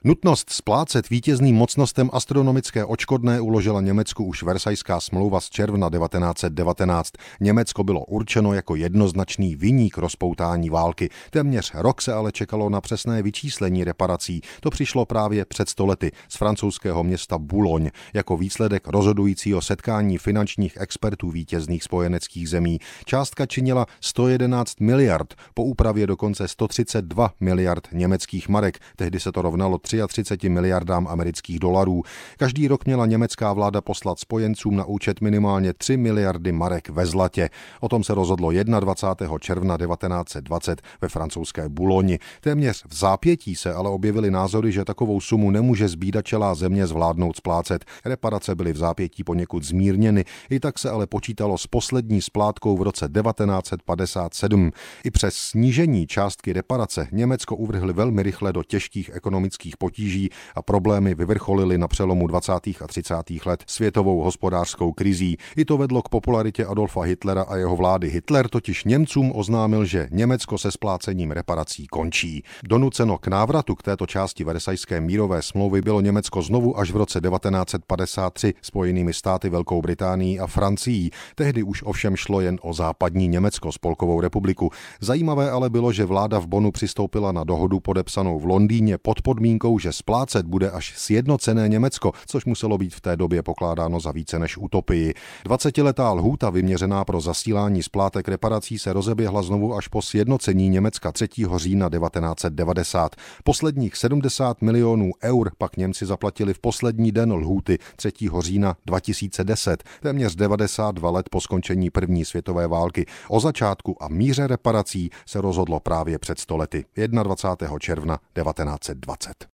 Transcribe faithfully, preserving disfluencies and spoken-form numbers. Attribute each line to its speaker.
Speaker 1: Nutnost splácet vítězným mocnostem astronomické odškodné uložila Německu už Versajská smlouva z června devatenáct set devatenáct. Německo bylo určeno jako jednoznačný viník rozpoutání války. Téměř rok se ale čekalo na přesné vyčíslení reparací. To přišlo právě před sto lety z francouzského města Boulogne jako výsledek rozhodujícího setkání finančních expertů vítězných spojeneckých zemí. Částka činila sto jedenáct miliard, po úpravě dokonce sto třicet dva miliard německých marek. Tehdy se to rovnalo třicet tři miliardám amerických dolarů. Každý rok měla německá vláda poslat spojencům na účet minimálně tři miliardy marek ve zlatě. O tom se rozhodlo dvacátého prvního června devatenáct set dvacet ve francouzské Boulogni. Téměř v zápětí se ale objevily názory, že takovou sumu nemůže zbídačelá země zvládnout splácet. Reparace byly v zápětí poněkud zmírněny, i tak se ale počítalo s poslední splátkou v roce devatenáct set padesát sedm. I přes snížení částky reparace Německo uvrhli velmi rychle do těžkých ekonomických potíží a problémy vyvrcholily na přelomu dvacátých a třicátých let světovou hospodářskou krizí. I to vedlo k popularitě Adolfa Hitlera a jeho vlády. Hitler totiž Němcům oznámil, že Německo se splácením reparací končí. Donuceno k návratu k této části Versajské mírové smlouvy bylo Německo znovu až v roce devatenáct set padesát tři Spojenými státy, Velkou Británií a Francií. Tehdy už ovšem šlo jen o západní Německo, Spolkovou republiku. Zajímavé ale bylo, že vláda v Bonnu přistoupila na dohodu podepsanou v Londýně pod podmínkou, že splácet bude až sjednocené Německo, což muselo být v té době pokládáno za více než utopii. Dvacetiletá lhůta vyměřená pro zasílání splátek reparací se rozeběhla znovu až po sjednocení Německa třetího října devatenáct set devadesát. Posledních sedmdesát milionů eur pak Němci zaplatili v poslední den lhůty třetího října dva tisíce deset, téměř devadesát dva let po skončení první světové války. O začátku a míře reparací se rozhodlo právě před sto lety, dvacátého prvního června devatenáct set dvacet.